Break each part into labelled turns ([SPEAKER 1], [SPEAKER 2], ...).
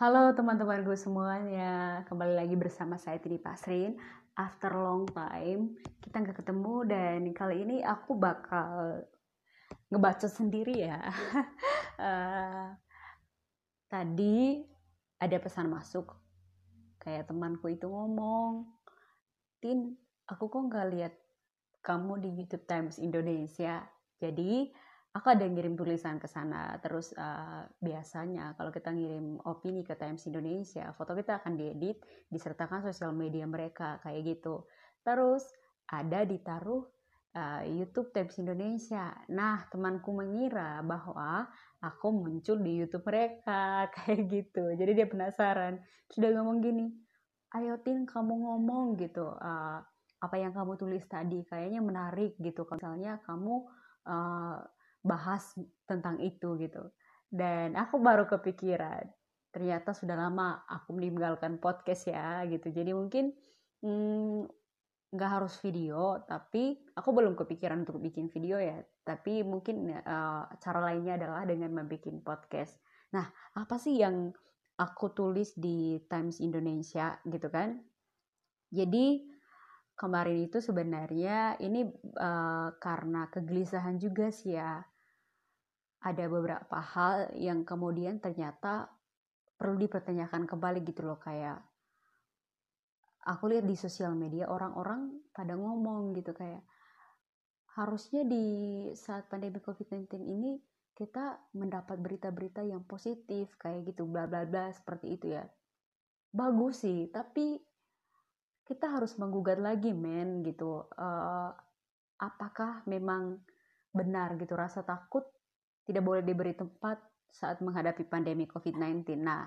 [SPEAKER 1] Halo teman-temanku semuanya, kembali lagi bersama saya Tini Pasrin. After long time, kita nggak ketemu dan kali ini aku bakal ngebaca sendiri ya. Eh, Tadi ada pesan masuk, kayak temanku itu ngomong, Tin, aku kok nggak lihat kamu di YouTube Times Indonesia. Jadi aku ada ngirim tulisan ke sana. Terus biasanya kalau kita ngirim opini ke Times Indonesia, foto kita akan diedit, disertakan sosial media mereka kayak gitu. Terus ada ditaruh YouTube Times Indonesia. Nah, temanku mengira bahwa aku muncul di YouTube mereka kayak gitu. Jadi dia penasaran. Sudah ngomong gini, ayo Tin kamu ngomong gitu. Apa yang kamu tulis tadi kayaknya menarik gitu, misalnya kamu uh, bahas tentang itu gitu. Dan aku baru kepikiran ternyata sudah lama aku meninggalkan podcast ya gitu, jadi mungkin mm, nggak harus video, tapi aku belum kepikiran untuk bikin video ya, tapi mungkin cara lainnya adalah dengan membuat podcast. Nah, apa sih yang aku tulis di Times Indonesia gitu kan. Jadi kemarin itu sebenarnya ini karena kegelisahan juga sih ya. Ada beberapa hal yang kemudian ternyata perlu dipertanyakan kembali gitu loh, kayak aku lihat di sosial media orang-orang pada ngomong gitu kayak harusnya di saat pandemi COVID-19 ini kita mendapat berita-berita yang positif kayak gitu bla bla bla seperti itu ya. Bagus sih, tapi kita harus menggugat lagi men gitu. Apakah memang benar gitu rasa takut tidak boleh diberi tempat saat menghadapi pandemi COVID-19. Nah,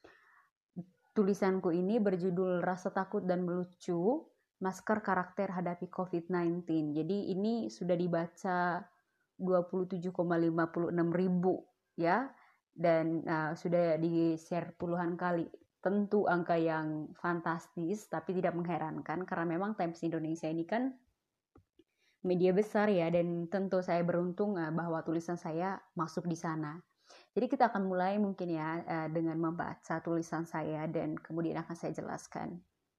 [SPEAKER 1] tulisanku ini berjudul Rasa Takut dan Melucu, Masker Karakter Hadapi COVID-19. Jadi ini sudah dibaca 27,56 ribu ya, dan sudah di-share puluhan kali. Tentu angka yang fantastis, tapi tidak mengherankan karena memang Times Indonesia ini kan media besar ya, dan tentu saya beruntung bahwa tulisan saya masuk di sana. Jadi kita akan mulai mungkin ya dengan membaca tulisan saya dan kemudian akan saya jelaskan.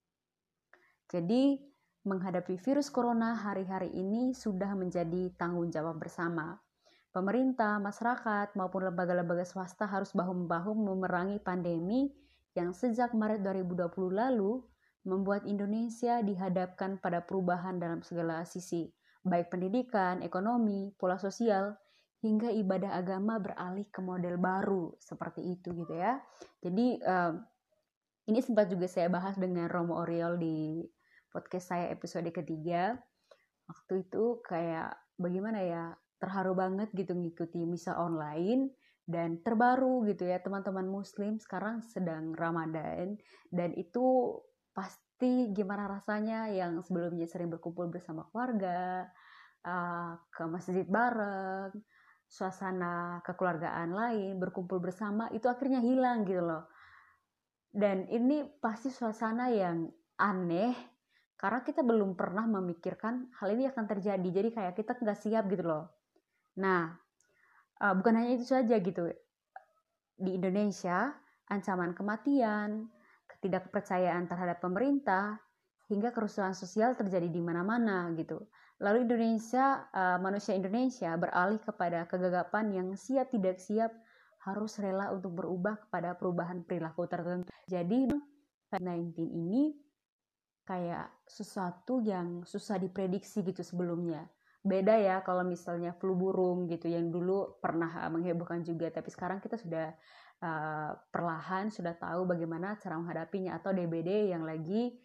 [SPEAKER 1] Jadi menghadapi virus corona hari-hari ini sudah menjadi tanggung jawab bersama. Pemerintah, masyarakat, maupun lembaga-lembaga swasta harus bahu-membahu memerangi pandemi yang sejak Maret 2020 lalu membuat Indonesia dihadapkan pada perubahan dalam segala sisi, baik pendidikan, ekonomi, pola sosial, hingga ibadah agama beralih ke model baru seperti itu gitu ya. Jadi ini sempat juga saya bahas dengan Romo Oriol di podcast saya episode ketiga. Waktu itu kayak bagaimana ya, terharu banget gitu ngikuti misa online. Dan terbaru gitu ya, teman-teman muslim sekarang sedang Ramadan, dan itu pasti gimana rasanya yang sebelumnya sering berkumpul bersama keluarga, ke masjid bareng, suasana kekeluargaan lain, berkumpul bersama, itu akhirnya hilang gitu loh. Dan ini pasti suasana yang aneh, karena kita belum pernah memikirkan hal ini akan terjadi. Jadi kayak kita nggak siap gitu loh. Nah, bukan hanya itu saja gitu. Di Indonesia, ancaman kematian, ketidakpercayaan terhadap pemerintah, hingga kerusuhan sosial terjadi di mana-mana gitu. Lalu manusia Indonesia beralih kepada kegagapan yang siap tidak siap harus rela untuk berubah kepada perubahan perilaku tertentu. Jadi COVID-19 ini kayak sesuatu yang susah diprediksi gitu sebelumnya. Beda ya kalau misalnya flu burung gitu yang dulu pernah menghebohkan juga, tapi sekarang kita sudah perlahan sudah tahu bagaimana cara menghadapinya, atau DBD yang lagi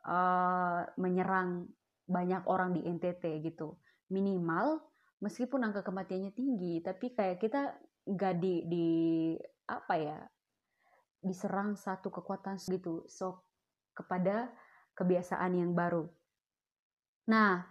[SPEAKER 1] menyerang banyak orang di NTT gitu. Minimal meskipun angka kematiannya tinggi, tapi kayak kita nggak di apa ya, diserang satu kekuatan gitu, so kepada kebiasaan yang baru. Nah,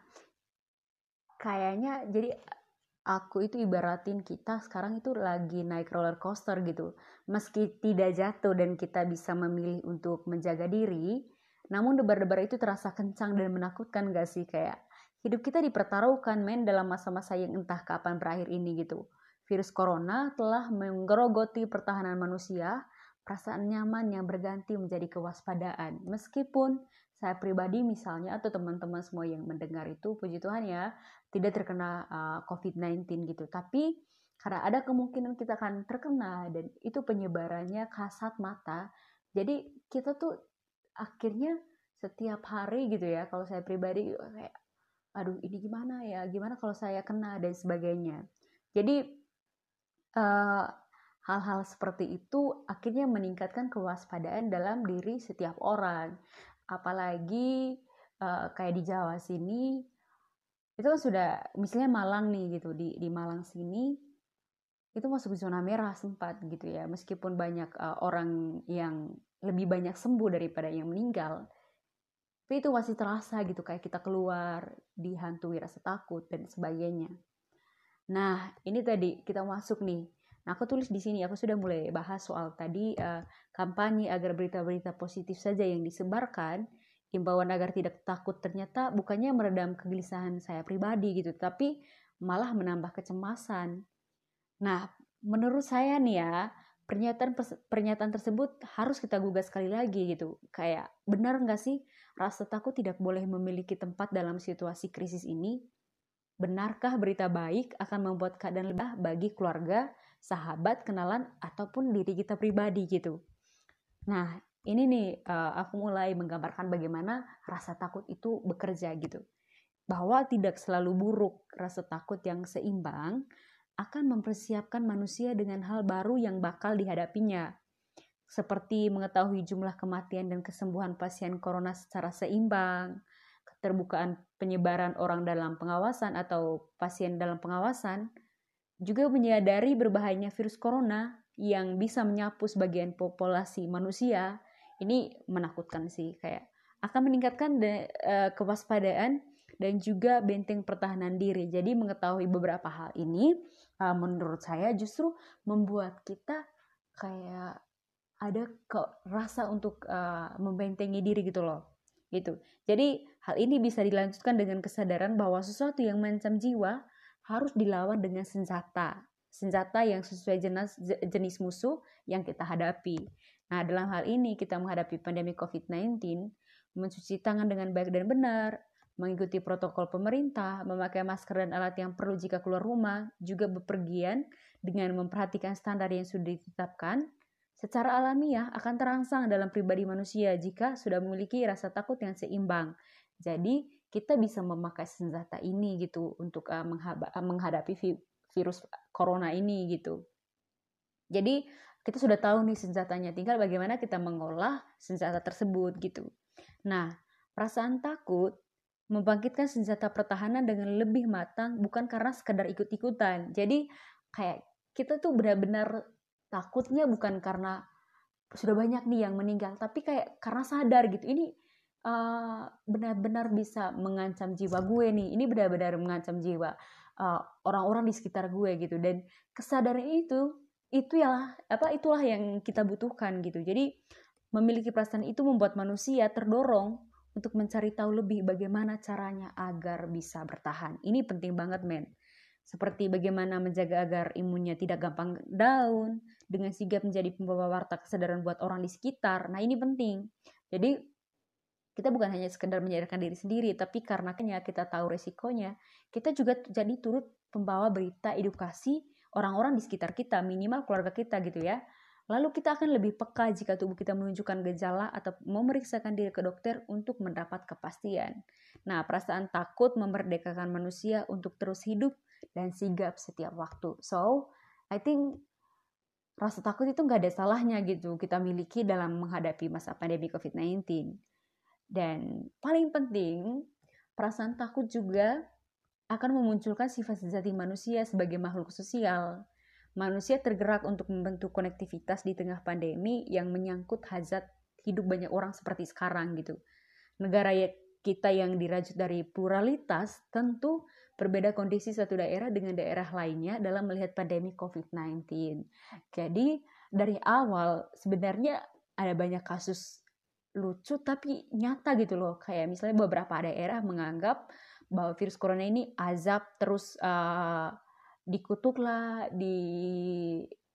[SPEAKER 1] kayaknya jadi aku itu ibaratin kita sekarang itu lagi naik roller coaster gitu. Meski tidak jatuh dan kita bisa memilih untuk menjaga diri, namun debar-debar itu terasa kencang dan menakutkan gak sih? Kayak hidup kita dipertaruhkan men dalam masa-masa yang entah kapan berakhir ini gitu. Virus corona telah menggerogoti pertahanan manusia, perasaan nyaman yang berganti menjadi kewaspadaan. Meskipun saya pribadi misalnya atau teman-teman semua yang mendengar itu, puji Tuhan ya, tidak terkena COVID-19 gitu. Tapi karena ada kemungkinan kita akan terkena dan itu penyebarannya kasat mata. Jadi kita tuh akhirnya setiap hari gitu ya, kalau saya pribadi kayak aduh ini gimana ya, gimana kalau saya kena dan sebagainya. Jadi hal-hal seperti itu akhirnya meningkatkan kewaspadaan dalam diri setiap orang. Apalagi kayak di Jawa sini, itu kan sudah, misalnya Malang nih gitu, di Malang sini itu masuk zona merah sempat gitu ya. Meskipun banyak orang yang lebih banyak sembuh daripada yang meninggal, tapi itu masih terasa gitu, kayak kita keluar dihantui rasa takut dan sebagainya. Nah, ini tadi kita masuk nih. Nah, aku tulis di sini, aku sudah mulai bahas soal tadi kampanye agar berita-berita positif saja yang disebarkan, imbauan agar tidak takut, ternyata bukannya meredam kegelisahan saya pribadi gitu, tapi malah menambah kecemasan. Nah, menurut saya nih ya, pernyataan tersebut harus kita gugah sekali lagi gitu. Kayak benar nggak sih rasa takut tidak boleh memiliki tempat dalam situasi krisis ini? Benarkah berita baik akan membuat keadaan lebih bagi keluarga, sahabat, kenalan, ataupun diri kita pribadi gitu? Nah, ini nih aku mulai menggambarkan bagaimana rasa takut itu bekerja gitu. Bahwa tidak selalu buruk, rasa takut yang seimbang akan mempersiapkan manusia dengan hal baru yang bakal dihadapinya. Seperti mengetahui jumlah kematian dan kesembuhan pasien corona secara seimbang, keterbukaan penyebaran orang dalam pengawasan atau pasien dalam pengawasan, juga menyadari berbahayanya virus corona yang bisa menyapu sebagian populasi manusia. Ini menakutkan sih, kayak akan meningkatkan kewaspadaan dan juga benteng pertahanan diri. Jadi mengetahui beberapa hal ini menurut saya justru membuat kita kayak ada rasa untuk membentengi diri gitu loh. Gitu. Jadi hal ini bisa dilanjutkan dengan kesadaran bahwa sesuatu yang mengancam jiwa harus dilawan dengan senjata yang sesuai jenis musuh yang kita hadapi. Nah, dalam hal ini kita menghadapi pandemi COVID-19, mencuci tangan dengan baik dan benar, mengikuti protokol pemerintah, memakai masker dan alat yang perlu jika keluar rumah, juga bepergian dengan memperhatikan standar yang sudah ditetapkan, secara alamiah akan terangsang dalam pribadi manusia jika sudah memiliki rasa takut yang seimbang. Jadi kita bisa memakai senjata ini gitu untuk menghadapi virus corona ini gitu. Jadi kita sudah tahu nih senjatanya, tinggal bagaimana kita mengolah senjata tersebut gitu. Nah, perasaan takut membangkitkan senjata pertahanan dengan lebih matang bukan karena sekedar ikut-ikutan. Jadi kayak kita tuh benar-benar takutnya bukan karena sudah banyak nih yang meninggal, tapi kayak karena sadar gitu, ini benar-benar bisa mengancam jiwa gue nih, ini benar-benar mengancam jiwa orang-orang di sekitar gue gitu. Dan kesadaran itulah yang kita butuhkan gitu. Jadi memiliki perasaan itu membuat manusia terdorong untuk mencari tahu lebih bagaimana caranya agar bisa bertahan. Ini penting banget, men. Seperti bagaimana menjaga agar imunnya tidak gampang down, dengan sigap menjadi pembawa warta kesadaran buat orang di sekitar. Nah, ini penting. Jadi kita bukan hanya sekedar menyadarkan diri sendiri, tapi karena kita tahu resikonya, kita juga jadi turut pembawa berita edukasi orang-orang di sekitar kita, minimal keluarga kita gitu ya. Lalu kita akan lebih peka jika tubuh kita menunjukkan gejala atau memeriksakan diri ke dokter untuk mendapat kepastian. Nah, perasaan takut memerdekakan manusia untuk terus hidup dan sigap setiap waktu. So, I think rasa takut itu nggak ada salahnya gitu kita miliki dalam menghadapi masa pandemi COVID-19. Dan paling penting, perasaan takut juga akan memunculkan sifat sejati manusia sebagai makhluk sosial. Manusia tergerak untuk membentuk konektivitas di tengah pandemi yang menyangkut hajat hidup banyak orang seperti sekarang gitu. Negara kita yang dirajut dari pluralitas tentu berbeda kondisi satu daerah dengan daerah lainnya dalam melihat pandemi COVID-19. Jadi dari awal sebenarnya ada banyak kasus lucu tapi nyata gitu loh. Kayak misalnya beberapa daerah menganggap bahwa virus corona ini azab, terus dikutuklah,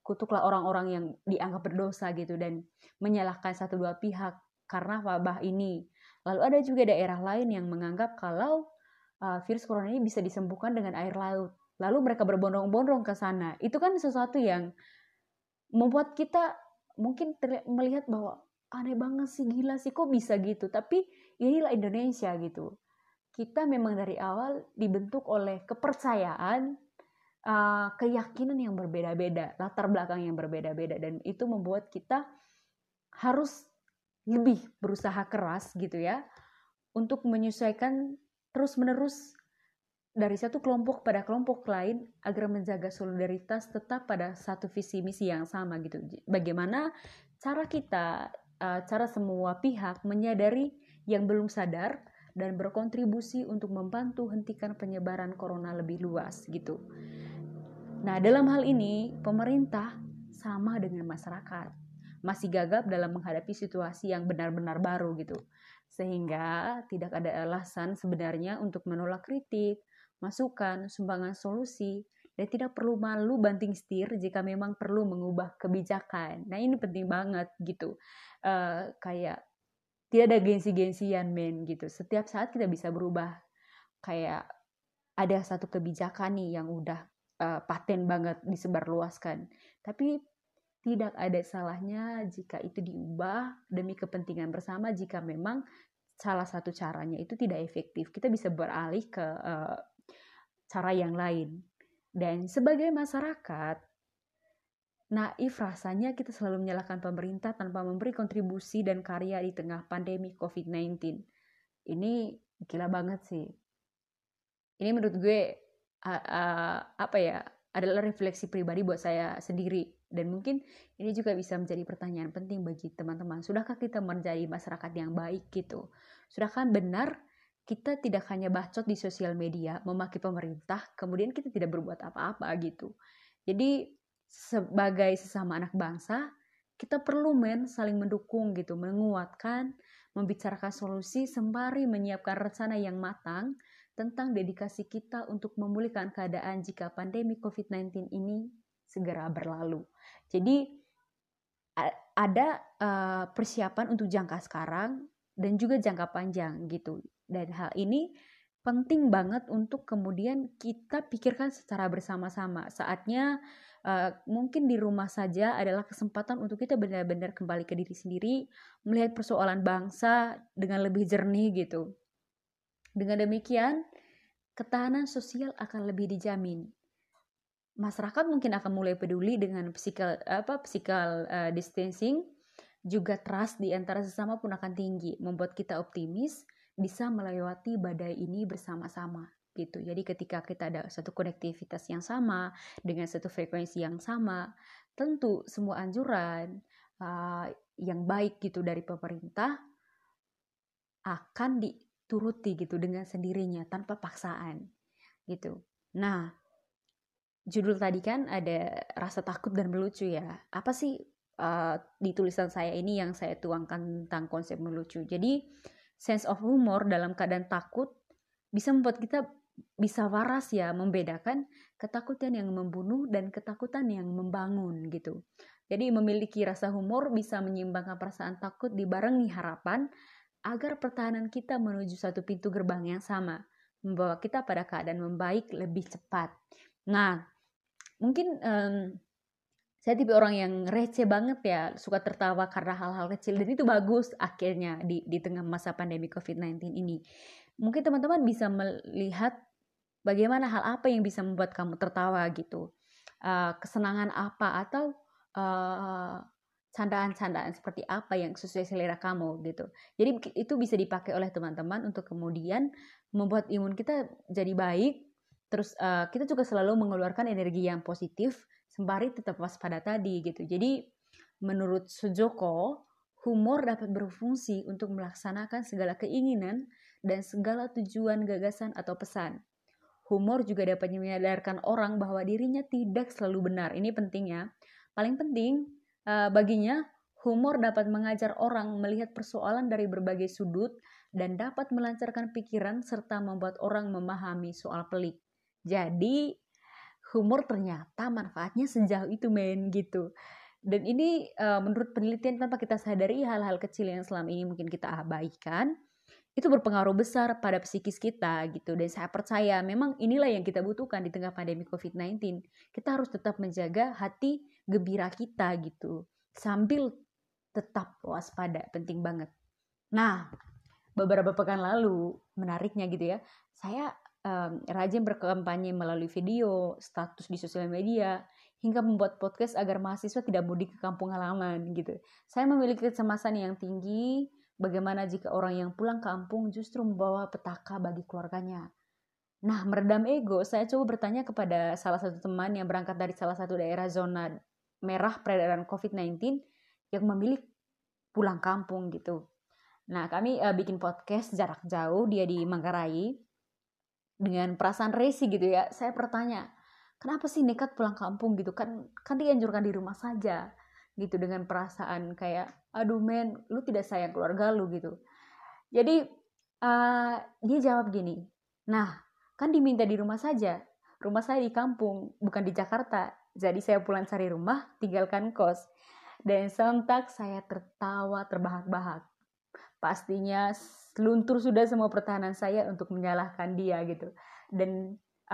[SPEAKER 1] kutuklah orang-orang yang dianggap berdosa gitu dan menyalahkan satu dua pihak karena wabah ini. Lalu ada juga daerah lain yang menganggap kalau virus corona ini bisa disembuhkan dengan air laut. Lalu mereka berbondong-bondong ke sana. Itu kan sesuatu yang membuat kita mungkin melihat bahwa aneh banget sih, gila sih, kok bisa gitu. Tapi inilah Indonesia gitu. Kita memang dari awal dibentuk oleh kepercayaan, keyakinan yang berbeda-beda, latar belakang yang berbeda-beda, dan itu membuat kita harus lebih berusaha keras gitu ya untuk menyesuaikan terus-menerus dari satu kelompok pada kelompok lain agar menjaga solidaritas tetap pada satu visi misi yang sama gitu. Bagaimana cara kita, cara semua pihak menyadari yang belum sadar dan berkontribusi untuk membantu hentikan penyebaran corona lebih luas gitu. Nah, dalam hal ini pemerintah sama dengan masyarakat masih gagap dalam menghadapi situasi yang benar-benar baru gitu. Sehingga tidak ada alasan sebenarnya untuk menolak kritik, masukan, sumbangan solusi, dan tidak perlu malu banting setir jika memang perlu mengubah kebijakan. Nah, ini penting banget gitu. Kayak tidak ada gengsi-gengsian men gitu. Setiap saat kita bisa berubah. Kayak ada satu kebijakan nih yang udah paten banget disebarluaskan. Tapi tidak ada salahnya jika itu diubah demi kepentingan bersama jika memang salah satu caranya itu tidak efektif. Kita bisa beralih ke cara yang lain. Dan sebagai masyarakat, naif rasanya kita selalu menyalahkan pemerintah tanpa memberi kontribusi dan karya di tengah pandemi COVID-19. Ini gila banget sih. Ini menurut gue adalah refleksi pribadi buat saya sendiri, dan mungkin ini juga bisa menjadi pertanyaan penting bagi teman-teman. Sudahkah kita menjadi masyarakat yang baik gitu? Sudahkah benar kita tidak hanya bacot di sosial media, memaki pemerintah, kemudian kita tidak berbuat apa-apa gitu? Jadi sebagai sesama anak bangsa, kita perlu saling mendukung gitu, menguatkan, membicarakan solusi sembari menyiapkan rencana yang matang tentang dedikasi kita untuk memulihkan keadaan jika pandemi COVID-19 ini segera berlalu. Jadi ada persiapan untuk jangka sekarang dan juga jangka panjang gitu. Dan hal ini penting banget untuk kemudian kita pikirkan secara bersama-sama. Saatnya mungkin di rumah saja adalah kesempatan untuk kita benar-benar kembali ke diri sendiri, melihat persoalan bangsa dengan lebih jernih gitu. Dengan demikian, ketahanan sosial akan lebih dijamin. Masyarakat mungkin akan mulai peduli dengan physical distancing, juga trust di antara sesama pun akan tinggi, membuat kita optimis bisa melewati badai ini bersama-sama gitu. Jadi ketika kita ada satu konektivitas yang sama dengan satu frekuensi yang sama, tentu semua anjuran yang baik gitu dari pemerintah akan dituruti gitu dengan sendirinya tanpa paksaan gitu. Nah, judul tadi kan ada rasa takut dan melucu ya. Apa sih di tulisan saya ini yang saya tuangkan tentang konsep melucu? Jadi sense of humor dalam keadaan takut bisa membuat kita bisa waras ya, membedakan ketakutan yang membunuh dan ketakutan yang membangun gitu. Jadi memiliki rasa humor bisa menyeimbangkan perasaan takut dibarengi harapan agar pertahanan kita menuju satu pintu gerbang yang sama, membawa kita pada keadaan membaik lebih cepat. Nah, mungkin saya tipe orang yang receh banget ya, suka tertawa karena hal-hal kecil, dan itu bagus akhirnya di tengah masa pandemi COVID-19 ini. Mungkin teman-teman bisa melihat bagaimana hal apa yang bisa membuat kamu tertawa gitu, kesenangan apa, atau candaan-candaan seperti apa yang sesuai selera kamu gitu. Jadi itu bisa dipakai oleh teman-teman untuk kemudian membuat imun kita jadi baik. Terus kita juga selalu mengeluarkan energi yang positif sembari tetap waspada tadi gitu. Jadi menurut Sujoko, humor dapat berfungsi untuk melaksanakan segala keinginan dan segala tujuan, gagasan atau pesan. Humor juga dapat menyadarkan orang bahwa dirinya tidak selalu benar. Ini penting ya. Paling penting baginya, humor dapat mengajar orang melihat persoalan dari berbagai sudut dan dapat melancarkan pikiran serta membuat orang memahami soal pelik. Jadi, humor ternyata manfaatnya sejauh itu men gitu. Dan ini menurut penelitian tanpa kita sadari hal-hal kecil yang selama ini mungkin kita abaikan itu berpengaruh besar pada psikis kita gitu. Dan saya percaya memang inilah yang kita butuhkan di tengah pandemi COVID-19. Kita harus tetap menjaga hati gembira kita gitu sambil tetap waspada, penting banget. Nah, beberapa pekan lalu menariknya gitu ya, saya rajin berkampanye melalui video, status di sosial media, hingga membuat podcast agar mahasiswa tidak mudik ke kampung halaman gitu. Saya memiliki kecemasan yang tinggi, bagaimana jika orang yang pulang kampung justru membawa petaka bagi keluarganya. Nah, meredam ego, saya coba bertanya kepada salah satu teman yang berangkat dari salah satu daerah zona merah peredaran COVID-19 yang memilih pulang kampung gitu. Nah, kami bikin podcast jarak jauh, dia di Manggarai. Dengan perasaan risih gitu ya, saya bertanya, kenapa sih nekat pulang kampung gitu? Kan dianjurkan di rumah saja gitu, dengan perasaan kayak, aduh men, lu tidak sayang keluarga lu gitu. Jadi dia jawab gini, nah kan diminta di rumah saja, rumah saya di kampung bukan di Jakarta, jadi saya pulang cari rumah, tinggalkan kos. Dan sontak saya tertawa terbahak-bahak. Pastinya luntur sudah semua pertahanan saya untuk menyalahkan dia gitu. Dan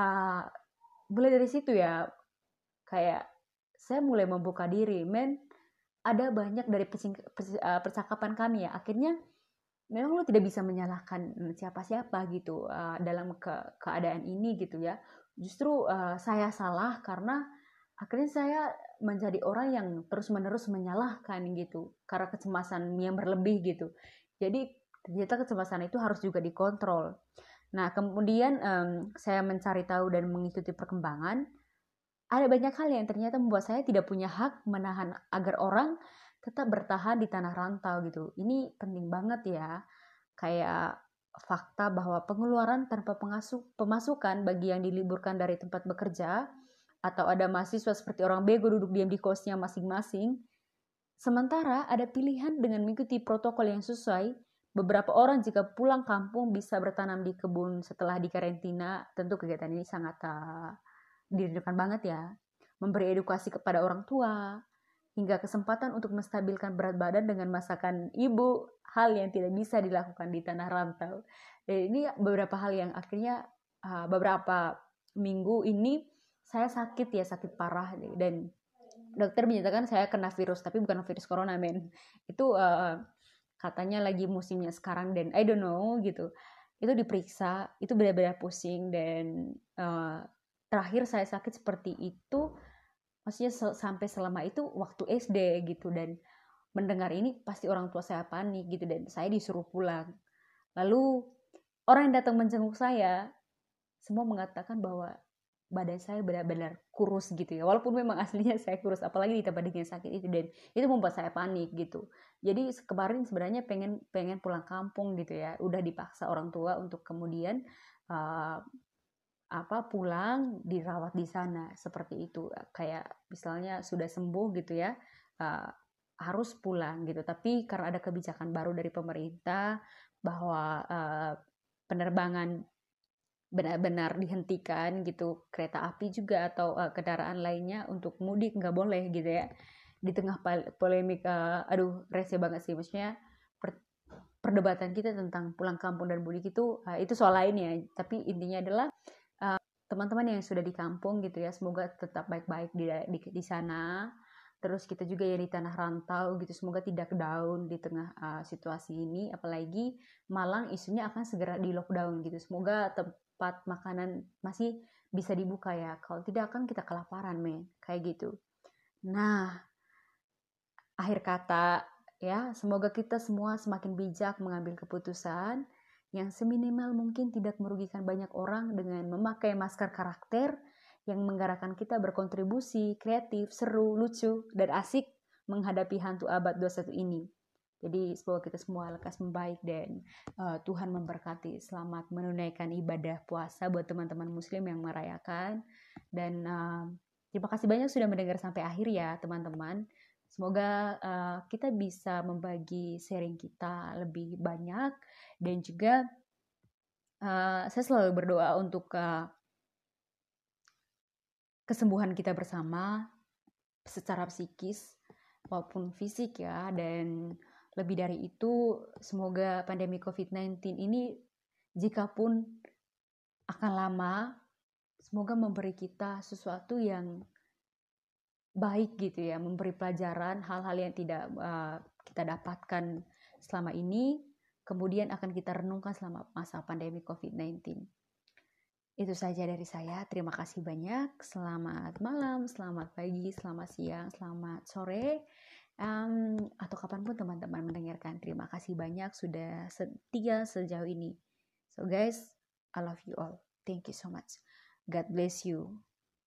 [SPEAKER 1] mulai dari situ ya, kayak saya mulai membuka diri, men, ada banyak dari percakapan kami ya, akhirnya memang lo tidak bisa menyalahkan siapa-siapa gitu dalam keadaan ini gitu ya. Justru saya salah karena akhirnya saya menjadi orang yang terus-menerus menyalahkan gitu karena kecemasan yang berlebih gitu. Jadi ternyata kecemasan itu harus juga dikontrol. Nah, kemudian saya mencari tahu dan mengikuti perkembangan. Ada banyak hal yang ternyata membuat saya tidak punya hak menahan agar orang tetap bertahan di tanah rantau gitu. Ini penting banget ya. Kayak fakta bahwa pengeluaran tanpa pemasukan bagi yang diliburkan dari tempat bekerja, atau ada mahasiswa seperti orang bego duduk diam di kosnya masing-masing. Sementara ada pilihan dengan mengikuti protokol yang sesuai. Beberapa orang jika pulang kampung bisa bertanam di kebun setelah dikarantina. Tentu kegiatan ini sangat dirindukan banget ya. Memberi edukasi kepada orang tua, hingga kesempatan untuk menstabilkan berat badan dengan masakan ibu, hal yang tidak bisa dilakukan di tanah rantau. Dan ini beberapa hal yang akhirnya beberapa minggu ini saya sakit parah, dan dokter menyatakan saya kena virus, tapi bukan virus corona men. Itu katanya lagi musimnya sekarang, dan I don't know gitu. Itu diperiksa, itu benar-benar pusing, dan terakhir saya sakit seperti itu, maksudnya sampai selama itu waktu SD gitu. Dan mendengar ini pasti orang tua saya panik gitu, dan saya disuruh pulang. Lalu orang yang datang menjenguk saya semua mengatakan bahwa badan saya benar-benar kurus gitu ya, walaupun memang aslinya saya kurus, apalagi ditambah dengan sakit itu, dan itu membuat saya panik gitu. Jadi kemarin sebenarnya pengen pulang kampung gitu ya, udah dipaksa orang tua untuk kemudian pulang dirawat di sana seperti itu, kayak misalnya sudah sembuh gitu ya, harus pulang gitu. Tapi karena ada kebijakan baru dari pemerintah bahwa penerbangan benar-benar dihentikan gitu, kereta api juga atau kendaraan lainnya untuk mudik nggak boleh gitu ya. Di tengah polemik, rese banget sih, maksudnya perdebatan kita tentang pulang kampung dan mudik itu soal lain ya. Tapi intinya adalah teman-teman yang sudah di kampung gitu ya, semoga tetap baik-baik di sana. Terus kita juga ya di tanah rantau gitu, semoga tidak down di tengah situasi ini. Apalagi Malang isunya akan segera di lockdown gitu. Semoga tempat makanan masih bisa dibuka ya. Kalau tidak kan kita kelaparan kayak gitu. Nah, akhir kata ya, semoga kita semua semakin bijak mengambil keputusan yang seminimal mungkin tidak merugikan banyak orang dengan memakai masker karakter yang menggerakkan kita berkontribusi, kreatif, seru, lucu, dan asik menghadapi hantu abad 21 ini. Jadi semoga kita semua lekas membaik, dan Tuhan memberkati. Selamat menunaikan ibadah puasa buat teman-teman muslim yang merayakan. Dan terima kasih banyak sudah mendengar sampai akhir ya teman-teman. Semoga kita bisa membagi sharing kita lebih banyak, dan juga saya selalu berdoa untuk kesembuhan kita bersama secara psikis maupun fisik ya. Dan lebih dari itu, semoga pandemi COVID-19 ini, jikapun akan lama, semoga memberi kita sesuatu yang baik gitu ya, memberi pelajaran hal-hal yang tidak kita dapatkan selama ini, kemudian akan kita renungkan selama masa pandemi COVID-19. Itu saja dari saya. Terima kasih banyak. Selamat malam, selamat pagi, selamat siang, selamat sore, atau kapanpun teman-teman mendengarkan. Terima kasih banyak sudah setia sejauh ini. So guys, I love you all. Thank you so much. God bless you.